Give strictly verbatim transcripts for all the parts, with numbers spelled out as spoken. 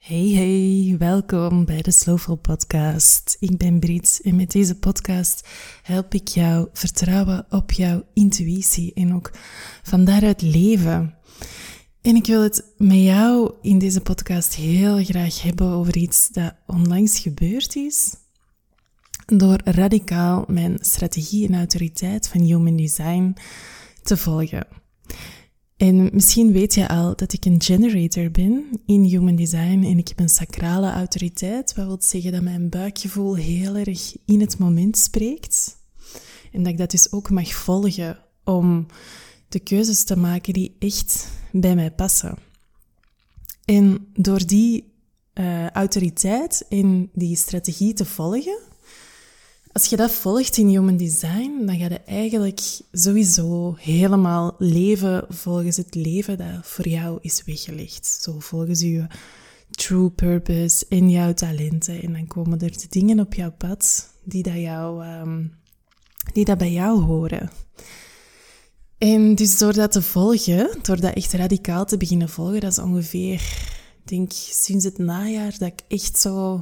Hey hey, welkom bij de Slowful Podcast. Ik ben Brit en met deze podcast help ik jou vertrouwen op jouw intuïtie en ook van daaruit leven. En ik wil het met jou in deze podcast heel graag hebben over iets dat onlangs gebeurd is, door radicaal mijn strategie en autoriteit van Human Design te volgen. En misschien weet je al dat ik een generator ben in Human Design en ik heb een sacrale autoriteit, wat wil zeggen dat mijn buikgevoel heel erg in het moment spreekt. En dat ik dat dus ook mag volgen om de keuzes te maken die echt bij mij passen. En door die uh, autoriteit en die strategie te volgen, als je dat volgt in Human Design, dan ga je eigenlijk sowieso helemaal leven volgens het leven dat voor jou is weggelegd. Zo volgens je true purpose en jouw talenten. En dan komen er de dingen op jouw pad die dat, jou, um, die dat bij jou horen. En dus door dat te volgen, door dat echt radicaal te beginnen volgen, dat is ongeveer, ik denk sinds het najaar, dat ik echt zo...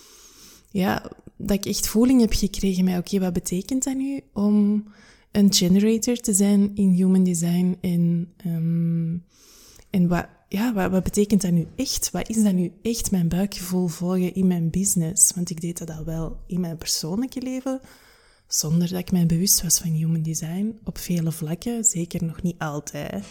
Ja, dat ik echt voeling heb gekregen met, oké, okay, wat betekent dat nu om een generator te zijn in Human Design? En, um, en wat, ja, wat, wat betekent dat nu echt? Wat is dat nu echt, mijn buikgevoel volgen in mijn business? Want ik deed dat al wel in mijn persoonlijke leven, zonder dat ik mij bewust was van Human Design, op vele vlakken, zeker nog niet altijd.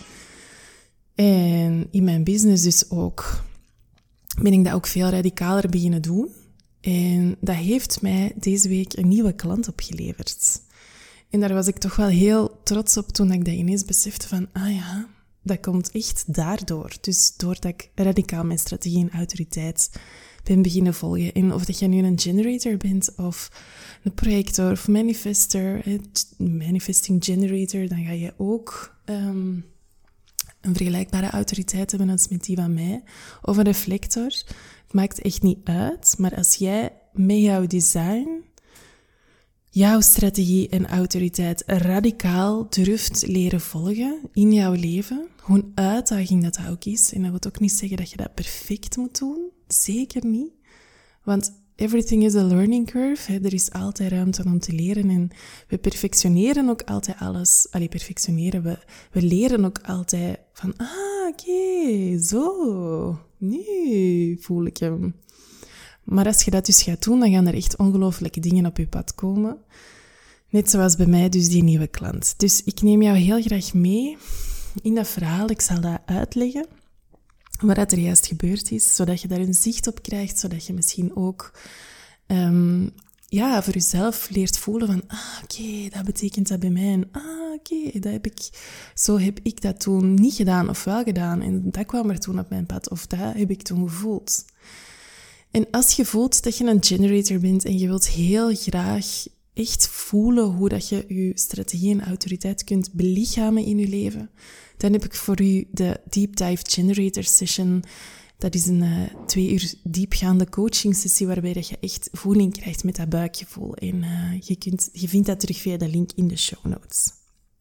En in mijn business dus ook, ben ik dat ook veel radicaler beginnen doen. En dat heeft mij deze week een nieuwe klant opgeleverd. En daar was ik toch wel heel trots op toen ik dat ineens besefte van, ah ja, dat komt echt daardoor. Dus doordat ik radicaal mijn strategie en autoriteit ben beginnen volgen. En of dat je nu een generator bent of een projector of manifester, manifesting generator, dan ga je ook um, een vergelijkbare autoriteit hebben als met die van mij. Of een reflector. Het maakt echt niet uit, maar als jij met jouw design, jouw strategie en autoriteit radicaal durft leren volgen in jouw leven, hoe een uitdaging dat dat ook is, en dat wil ook niet zeggen dat je dat perfect moet doen, zeker niet, want everything is a learning curve, hè. Er is altijd ruimte om te leren en we perfectioneren ook altijd alles. Allee, perfectioneren, we, we leren ook altijd van, ah, oké, okay, zo, nu voel ik hem. Maar als je dat dus gaat doen, dan gaan er echt ongelooflijke dingen op je pad komen. Net zoals bij mij dus die nieuwe klant. Dus ik neem jou heel graag mee in dat verhaal. Ik zal dat uitleggen, wat er juist gebeurd is, zodat je daar een zicht op krijgt, zodat je misschien ook um, ja, voor jezelf leert voelen van, ah, oké, okay, dat betekent dat bij mij. En ah, oké, okay, dat heb ik, zo heb ik dat toen niet gedaan of wel gedaan. En dat kwam er toen op mijn pad, of dat heb ik toen gevoeld. En als je voelt dat je een generator bent en je wilt heel graag echt voelen hoe dat je je strategie en autoriteit kunt belichamen in je leven, dan heb ik voor u de Deep Dive Generator Session. Dat is een uh, twee uur diepgaande coaching sessie waarbij dat je echt voeling krijgt met dat buikgevoel. En uh, je, kunt, je vindt dat terug via de link in de show notes.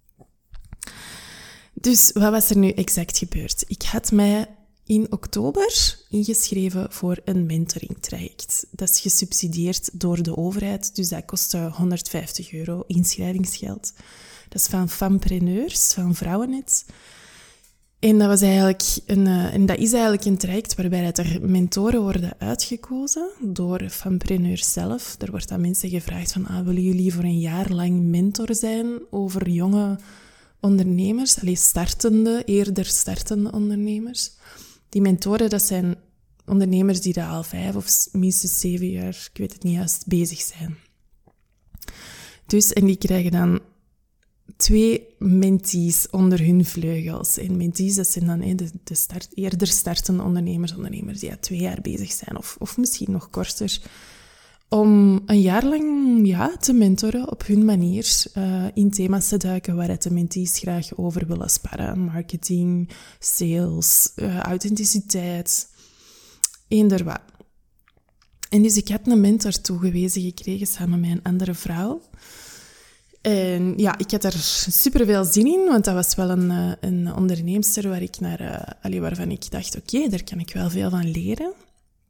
Dus wat was er nu exact gebeurd? Ik had mij in oktober ingeschreven voor een mentoring traject. Dat is gesubsidieerd door de overheid, dus dat kostte honderdvijftig euro inschrijvingsgeld. Dat is van Fempreneurs, van Vrouwennet. En dat was eigenlijk een, en dat is eigenlijk een traject waarbij dat er mentoren worden uitgekozen door Fempreneurs zelf. Er wordt aan mensen gevraagd van, ah, willen jullie voor een jaar lang mentor zijn over jonge ondernemers, allee, startende, eerder startende ondernemers. Die mentoren, dat zijn ondernemers die daar al vijf of minstens zeven jaar, ik weet het niet juist, bezig zijn. Dus, en die krijgen dan twee mentees onder hun vleugels. En mentees, dat zijn dan de, de start, eerder startende ondernemers, ondernemers die al twee jaar bezig zijn, of, of misschien nog korter, om een jaar lang ja, te mentoren op hun manier, uh, in thema's te duiken waar de mentees graag over willen sparren. Marketing, sales, uh, authenticiteit, eender wat. En dus ik had een mentor toegewezen gekregen samen met een andere vrouw. En ja, ik had er superveel zin in, want dat was wel een, een onderneemster waar ik naar, uh, allee, waarvan ik dacht, oké, okay, daar kan ik wel veel van leren.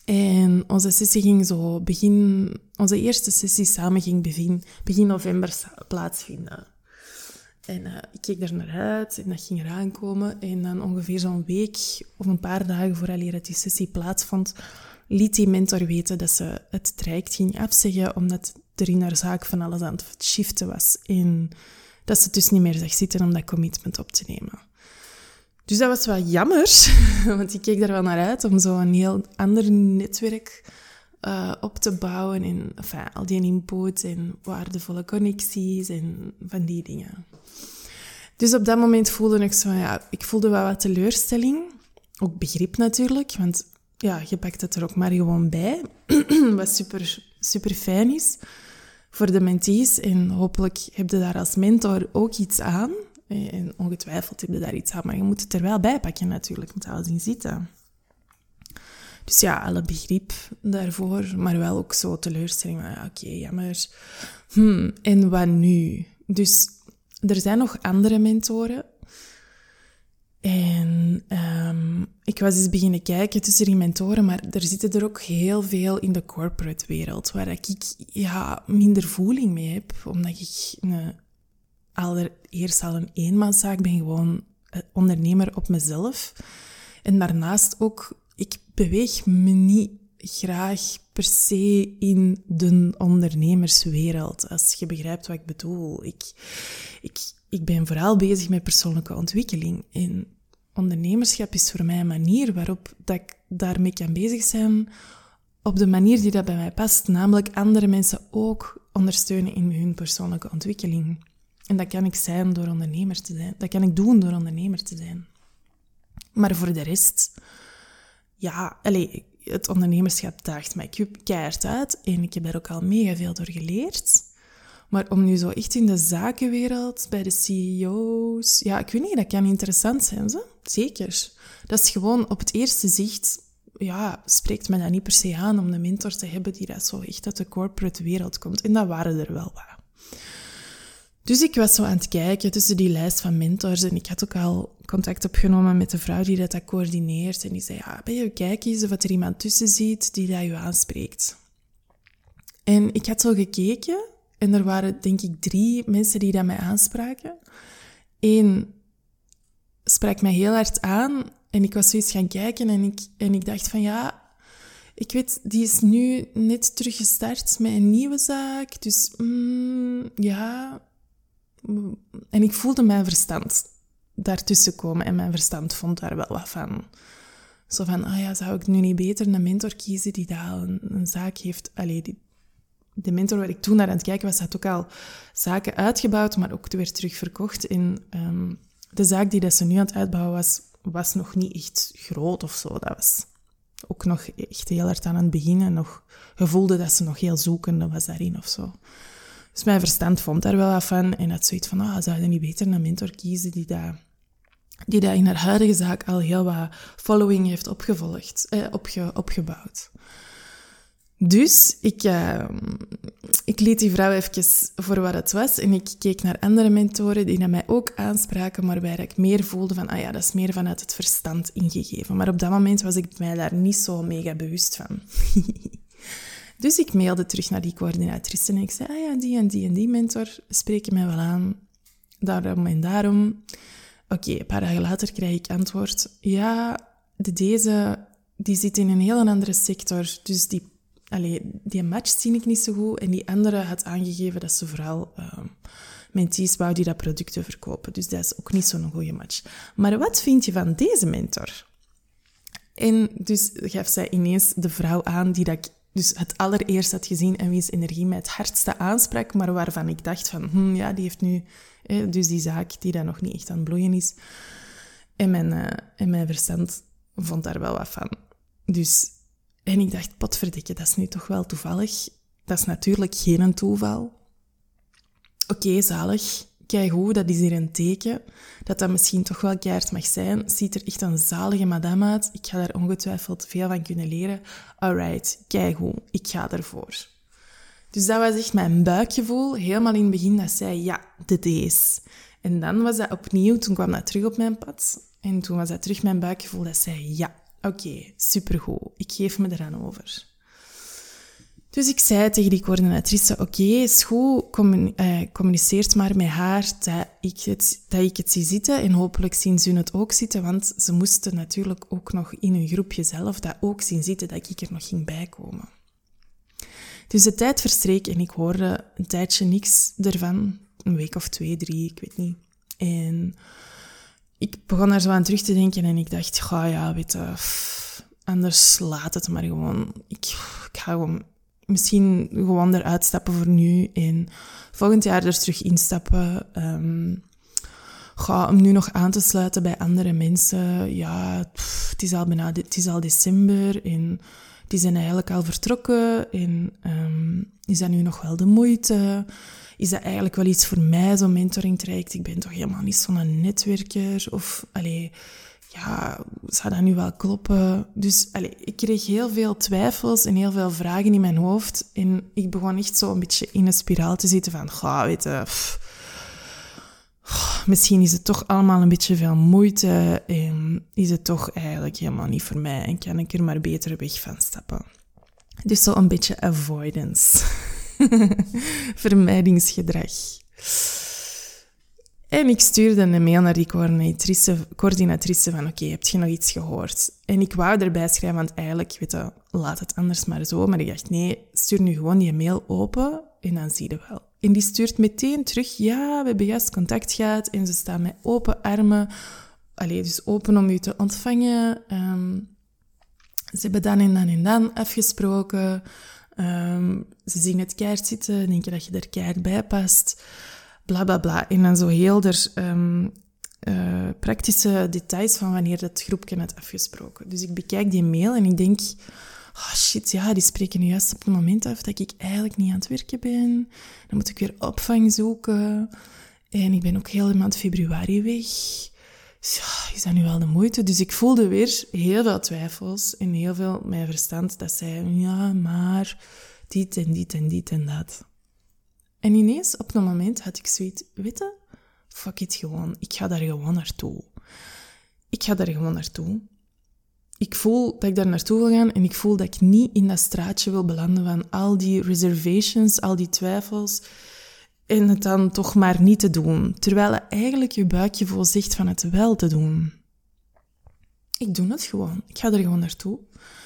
En onze sessie ging zo begin... Onze eerste sessie samen ging begin, begin november plaatsvinden. En uh, ik keek er naar uit en dat ging eraan komen. En dan ongeveer zo'n week of een paar dagen vooraleer dat die sessie plaatsvond, liet die mentor weten dat ze het traject ging afzeggen, omdat er in haar zaak van alles aan het shiften was. En dat ze het dus niet meer zag zitten om dat commitment op te nemen. Dus dat was wel jammer, want ik keek daar wel naar uit om zo een heel ander netwerk uh, op te bouwen. En enfin, al die input en waardevolle connecties en van die dingen. Dus op dat moment voelde ik zo, ja, ik voelde wel wat teleurstelling. Ook begrip natuurlijk, want ja, je pakt het er ook maar gewoon bij. Wat super, super fijn is voor de mentees. En hopelijk heb je daar als mentor ook iets aan. En ongetwijfeld heb je daar iets aan, maar je moet het er wel bij pakken natuurlijk. Je moet alles in zitten. Dus ja, alle begrip daarvoor, maar wel ook zo teleurstelling. Ja, oké, okay, jammer. Hmm, en wat nu? Dus er zijn nog andere mentoren. En um, ik was eens beginnen kijken tussen die mentoren, maar er zitten er ook heel veel in de corporate wereld, waar ik ja, minder voeling mee heb, omdat ik een, allereerst al een eenmanszaak ben, gewoon ondernemer op mezelf. En daarnaast ook, ik beweeg me niet graag per se in de ondernemerswereld, als je begrijpt wat ik bedoel. Ik, ik, ik ben vooral bezig met persoonlijke ontwikkeling. En ondernemerschap is voor mij een manier waarop dat ik daarmee kan bezig zijn op de manier die dat bij mij past, namelijk andere mensen ook ondersteunen in hun persoonlijke ontwikkeling. En dat kan ik zijn door ondernemer te zijn. Dat kan ik doen door ondernemer te zijn. Maar voor de rest, ja, allez, het ondernemerschap daagt mij keihard uit en ik heb daar ook al mega veel door geleerd. Maar om nu zo echt in de zakenwereld, bij de C E O's... Ja, ik weet niet, dat kan interessant zijn, zo. Zeker. Dat is gewoon op het eerste zicht... Ja, spreekt me dat niet per se aan om een mentor te hebben die dat zo echt uit de corporate wereld komt. En dat waren er wel wat. Dus ik was zo aan het kijken tussen die lijst van mentors en ik had ook al contact opgenomen met de vrouw die dat, dat coördineert. En die zei, ja, ben je kijken eens of er iemand tussen zit die dat je aanspreekt. En ik had zo gekeken en er waren denk ik drie mensen die dat mij aanspraken. Eén sprak mij heel hard aan en ik was zoiets gaan kijken en ik, en ik dacht van ja... Ik weet, die is nu net teruggestart met een nieuwe zaak. Dus mm, ja... En ik voelde mijn verstand daartussen komen. En mijn verstand vond daar wel wat van. Zo van, ah ja, zou ik nu niet beter een mentor kiezen die daar een, een zaak heeft... Allee, die, de mentor waar ik toen naar aan het kijken was, had ook al zaken uitgebouwd, maar ook weer terug verkocht. En um, de zaak die dat ze nu aan het uitbouwen was, was nog niet echt groot of zo. Dat was... Ook nog echt heel hard aan het beginnen. Nog, je voelde dat ze nog heel zoekende was daarin of zo. Dus mijn verstand vond daar wel wat van. En had zoiets van, ah, zou je niet beter een mentor kiezen die dat, die dat in haar huidige zaak al heel wat following heeft opgevolgd, eh, opge, opgebouwd. Dus ik, uh, ik liet die vrouw even voor wat het was. En ik keek naar andere mentoren die naar mij ook aanspraken, maar waar ik meer voelde van, ah ja, dat is meer vanuit het verstand ingegeven. Maar op dat moment was ik mij daar niet zo mega bewust van. Dus ik mailde terug naar die coördinatrice en ik zei, ah ja, die en die en die mentor spreken mij wel aan. Daarom en daarom. Oké, okay, een paar dagen later krijg ik antwoord. Ja, de deze, die zit in een heel andere sector, dus die Allee, die match zie ik niet zo goed. En die andere had aangegeven dat ze vooral uh, mentees wou die dat producten verkopen. Dus dat is ook niet zo'n goede match. Maar wat vind je van deze mentor? En dus gaf zij ineens de vrouw aan die dat ik dus het allereerst had gezien en wiens energie mij het hardste aansprak, maar waarvan ik dacht van, hm, ja, die heeft nu... Eh, dus die zaak die dat nog niet echt aan het bloeien is. En mijn, uh, en mijn verstand vond daar wel wat van. Dus... En ik dacht, potverdikke, dat is nu toch wel toevallig. Dat is natuurlijk geen toeval. Oké, okay, zalig. Kijk hoe, dat is hier een teken. Dat dat misschien toch wel keihard mag zijn. Ziet er echt een zalige madame uit. Ik ga daar ongetwijfeld veel van kunnen leren. Alright, kijk hoe, ik ga ervoor. Dus dat was echt mijn buikgevoel. Helemaal in het begin dat zei, ja, de deze. En dan was dat opnieuw, toen kwam dat terug op mijn pad. En toen was dat terug mijn buikgevoel dat zei, ja, Oké, okay, supergoed. Ik geef me eraan over. Dus ik zei tegen die coördinatrice, oké, okay, is goed, commun- eh, communiceert maar met haar dat ik, het, dat ik het zie zitten en hopelijk zien ze het ook zitten, want ze moesten natuurlijk ook nog in hun groepje zelf dat ook zien zitten dat ik er nog ging bijkomen. Dus de tijd verstreek en ik hoorde een tijdje niks ervan, een week of twee, drie, ik weet niet. En ik begon daar zo aan terug te denken en ik dacht, ga ja, weet je, pff, anders laat het maar gewoon. Ik, ik ga gewoon... Misschien gewoon eruit stappen voor nu en volgend jaar er terug instappen. Um, ga om nu nog aan te sluiten bij andere mensen. Ja, pff, het, is al bijna, het is al december en die zijn eigenlijk al vertrokken. En um, is dat nu nog wel de moeite? Is dat eigenlijk wel iets voor mij, zo'n mentoringtraject? Ik ben toch helemaal niet zo'n netwerker? Of, allee... ja, zou dat nu wel kloppen? Dus allez, ik kreeg heel veel twijfels en heel veel vragen in mijn hoofd. En ik begon echt zo een beetje in een spiraal te zitten van, ga, weet je, pff, pff, misschien is het toch allemaal een beetje veel moeite en is het toch eigenlijk helemaal niet voor mij en kan ik er maar beter weg van stappen. Dus zo een beetje avoidance. Vermijdingsgedrag. En ik stuurde een mail naar die coördinatrice, coördinatrice van, oké, okay, heb je nog iets gehoord? En ik wou erbij schrijven, want eigenlijk, weet je, laat het anders maar zo. Maar ik dacht, nee, stuur nu gewoon die mail open en dan zie je wel. En die stuurt meteen terug, ja, we hebben juist contact gehad en ze staan met open armen. Allee, dus open om u te ontvangen. Um, ze hebben dan en dan en dan afgesproken. Um, ze zien het keihard zitten, denken dat je er keihard bij past. Bla, bla, bla. En dan zo heel er um, uh, praktische details van wanneer dat groepje had afgesproken. Dus ik bekijk die mail en ik denk... Oh shit, ja, die spreken nu juist op het moment af dat ik eigenlijk niet aan het werken ben. Dan moet ik weer opvang zoeken. En ik ben ook heel de maand februari weg. Dus ja, is dat nu wel de moeite? Dus ik voelde weer heel veel twijfels en heel veel mijn verstand dat zei... Ja, maar dit en dit en dit en dat... En ineens, op een moment, had ik zoiets, weet je, fuck it gewoon. Ik ga daar gewoon naartoe. Ik ga daar gewoon naartoe. Ik voel dat ik daar naartoe wil gaan en ik voel dat ik niet in dat straatje wil belanden van al die reservations, al die twijfels en het dan toch maar niet te doen. Terwijl eigenlijk je buikgevoel zegt van het wel te doen. Ik doe het gewoon. Ik ga er gewoon naartoe.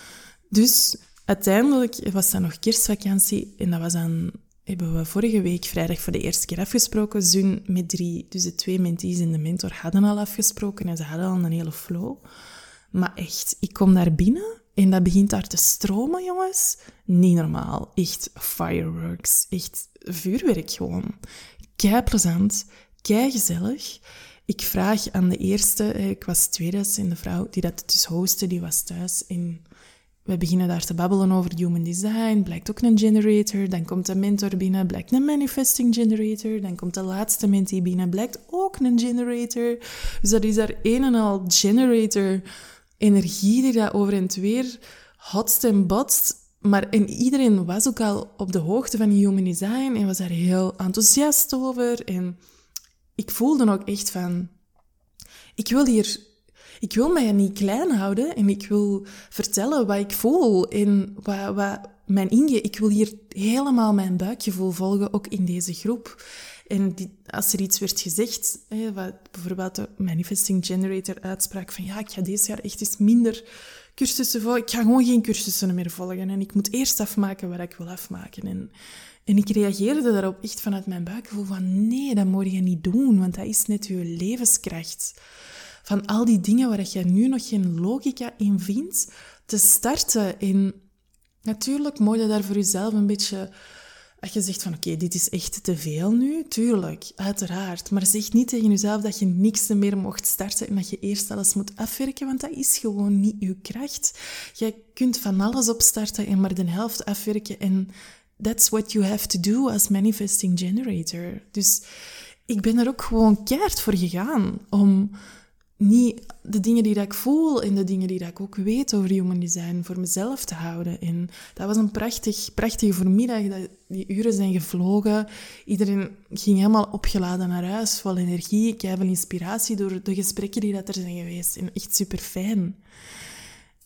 Dus uiteindelijk was dat nog kerstvakantie en dat was dan... hebben we vorige week vrijdag voor de eerste keer afgesproken. Zun met drie, dus de twee mentees en de mentor hadden al afgesproken en ze hadden al een hele flow. Maar echt, ik kom daar binnen en dat begint daar te stromen, jongens. Niet normaal. Echt fireworks. Echt vuurwerk gewoon. Kei plezant. Kei gezellig. Ik vraag aan de eerste, ik was tweede en de vrouw die dat dus hostte, die was thuis in... We beginnen daar te babbelen over human design, blijkt ook een generator. Dan komt de mentor binnen, blijkt een manifesting generator. Dan komt de laatste mentee binnen, blijkt ook een generator. Dus dat is daar een en al generator energie die dat over en het weer hotst en botst. Maar en iedereen was ook al op de hoogte van human design en was daar heel enthousiast over. En ik voelde ook echt van, ik wil hier... Ik wil mij niet klein houden en ik wil vertellen wat ik voel en wat, wat mijn inge... Ik wil hier helemaal mijn buikgevoel volgen, ook in deze groep. En die, als er iets werd gezegd, hè, wat bijvoorbeeld de Manifesting Generator uitspraak van ja, ik ga deze jaar echt eens minder cursussen volgen. Ik ga gewoon geen cursussen meer volgen en ik moet eerst afmaken wat ik wil afmaken. En, en ik reageerde daarop echt vanuit mijn buikgevoel van nee, dat moet je niet doen, want dat is net je levenskracht. Van al die dingen waar je nu nog geen logica in vindt, te starten. En natuurlijk moet je daar voor jezelf een beetje... Als je zegt van oké, okay, dit is echt te veel nu, tuurlijk, uiteraard. Maar zeg niet tegen jezelf dat je niks meer mocht starten en dat je eerst alles moet afwerken, want dat is gewoon niet je kracht. Je kunt van alles opstarten en maar de helft afwerken en that's what you have to do as manifesting generator. Dus ik ben er ook gewoon keihard voor gegaan om... niet de dingen die dat ik voel en de dingen die dat ik ook weet over human design voor mezelf te houden. En dat was een prachtig, prachtige voormiddag. Dat, die uren zijn gevlogen. Iedereen ging helemaal opgeladen naar huis, vol energie. Ik heb veel inspiratie door de gesprekken die dat er zijn geweest. En echt super fijn.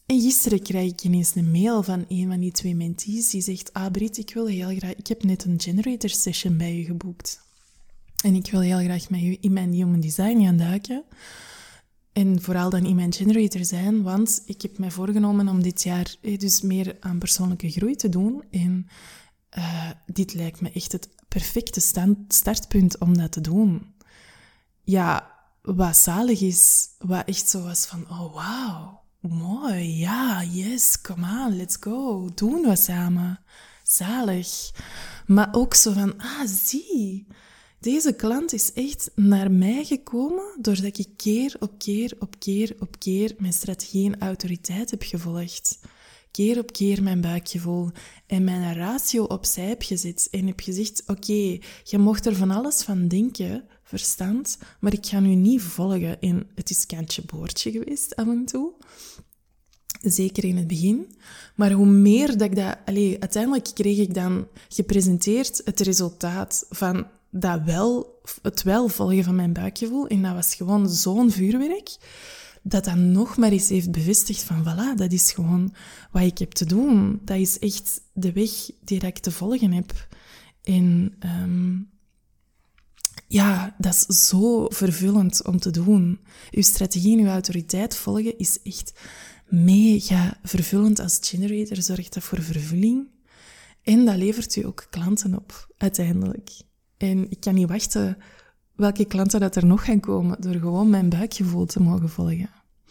En gisteren krijg ik ineens een mail van een van die twee mentees die zegt, ah Brit, ik wil heel graag, ik heb net een generator session bij u geboekt. En ik wil heel graag met u in mijn human design gaan duiken. En vooral dan in mijn generator zijn, want ik heb mij voorgenomen om dit jaar dus meer aan persoonlijke groei te doen. En uh, dit lijkt me echt het perfecte stand, startpunt om dat te doen. Ja, wat zalig is, wat echt zo was van, oh wauw, mooi, ja, yes, come on, let's go, doen we samen. Zalig. Maar ook zo van, ah, zie, deze klant is echt naar mij gekomen doordat ik keer op keer op keer op keer mijn strategie en autoriteit heb gevolgd. Keer op keer mijn buikgevoel en mijn ratio opzij heb gezet en heb gezegd, oké, okay, je mocht er van alles van denken, verstand, maar ik ga nu niet volgen. En het is kantje boordje geweest af en toe. Zeker in het begin. Maar hoe meer dat ik dat... Allez, uiteindelijk kreeg ik dan gepresenteerd het resultaat van dat wel, het wel volgen van mijn buikgevoel. En dat was gewoon zo'n vuurwerk, dat dat nog maar eens heeft bevestigd van, voilà, dat is gewoon wat ik heb te doen. Dat is echt de weg die ik te volgen heb. En um, ja, dat is zo vervullend om te doen. Uw strategie en uw autoriteit volgen is echt mega vervullend als generator. Zorgt dat voor vervulling. En dat levert u ook klanten op, uiteindelijk. En ik kan niet wachten welke klanten dat er nog gaan komen, door gewoon mijn buikgevoel te mogen volgen.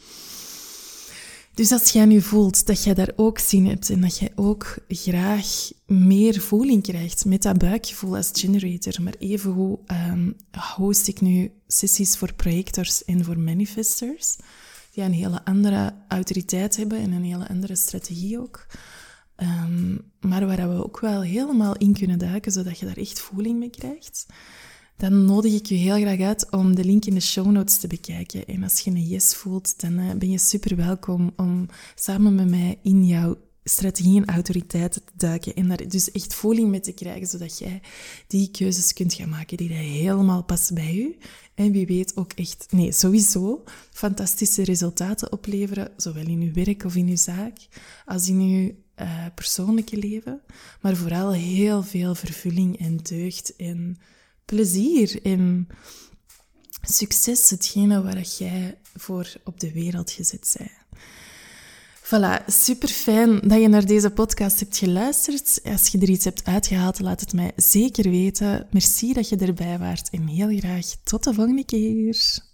Dus als jij nu voelt dat jij daar ook zin hebt en dat jij ook graag meer voeling krijgt met dat buikgevoel als generator, maar evengoed um, host ik nu sessies voor projectors en voor manifestors, die een hele andere autoriteit hebben en een hele andere strategie ook. Um, maar waar we ook wel helemaal in kunnen duiken, zodat je daar echt voeling mee krijgt. Dan nodig ik je heel graag uit om de link in de show notes te bekijken. En als je een yes voelt, dan uh, ben je super welkom om samen met mij in jouw strategie en autoriteiten te duiken. En daar dus echt voeling mee te krijgen, zodat jij die keuzes kunt gaan maken die helemaal passen bij je. En wie weet ook echt, nee, sowieso fantastische resultaten opleveren, zowel in je werk of in je zaak, als in je uh, persoonlijke leven. Maar vooral heel veel vervulling en deugd en plezier en succes, hetgene waar jij voor op de wereld gezet bent. Voilà, super fijn dat je naar deze podcast hebt geluisterd. Als je er iets hebt uitgehaald, laat het mij zeker weten. Merci dat je erbij waart en heel graag tot de volgende keer.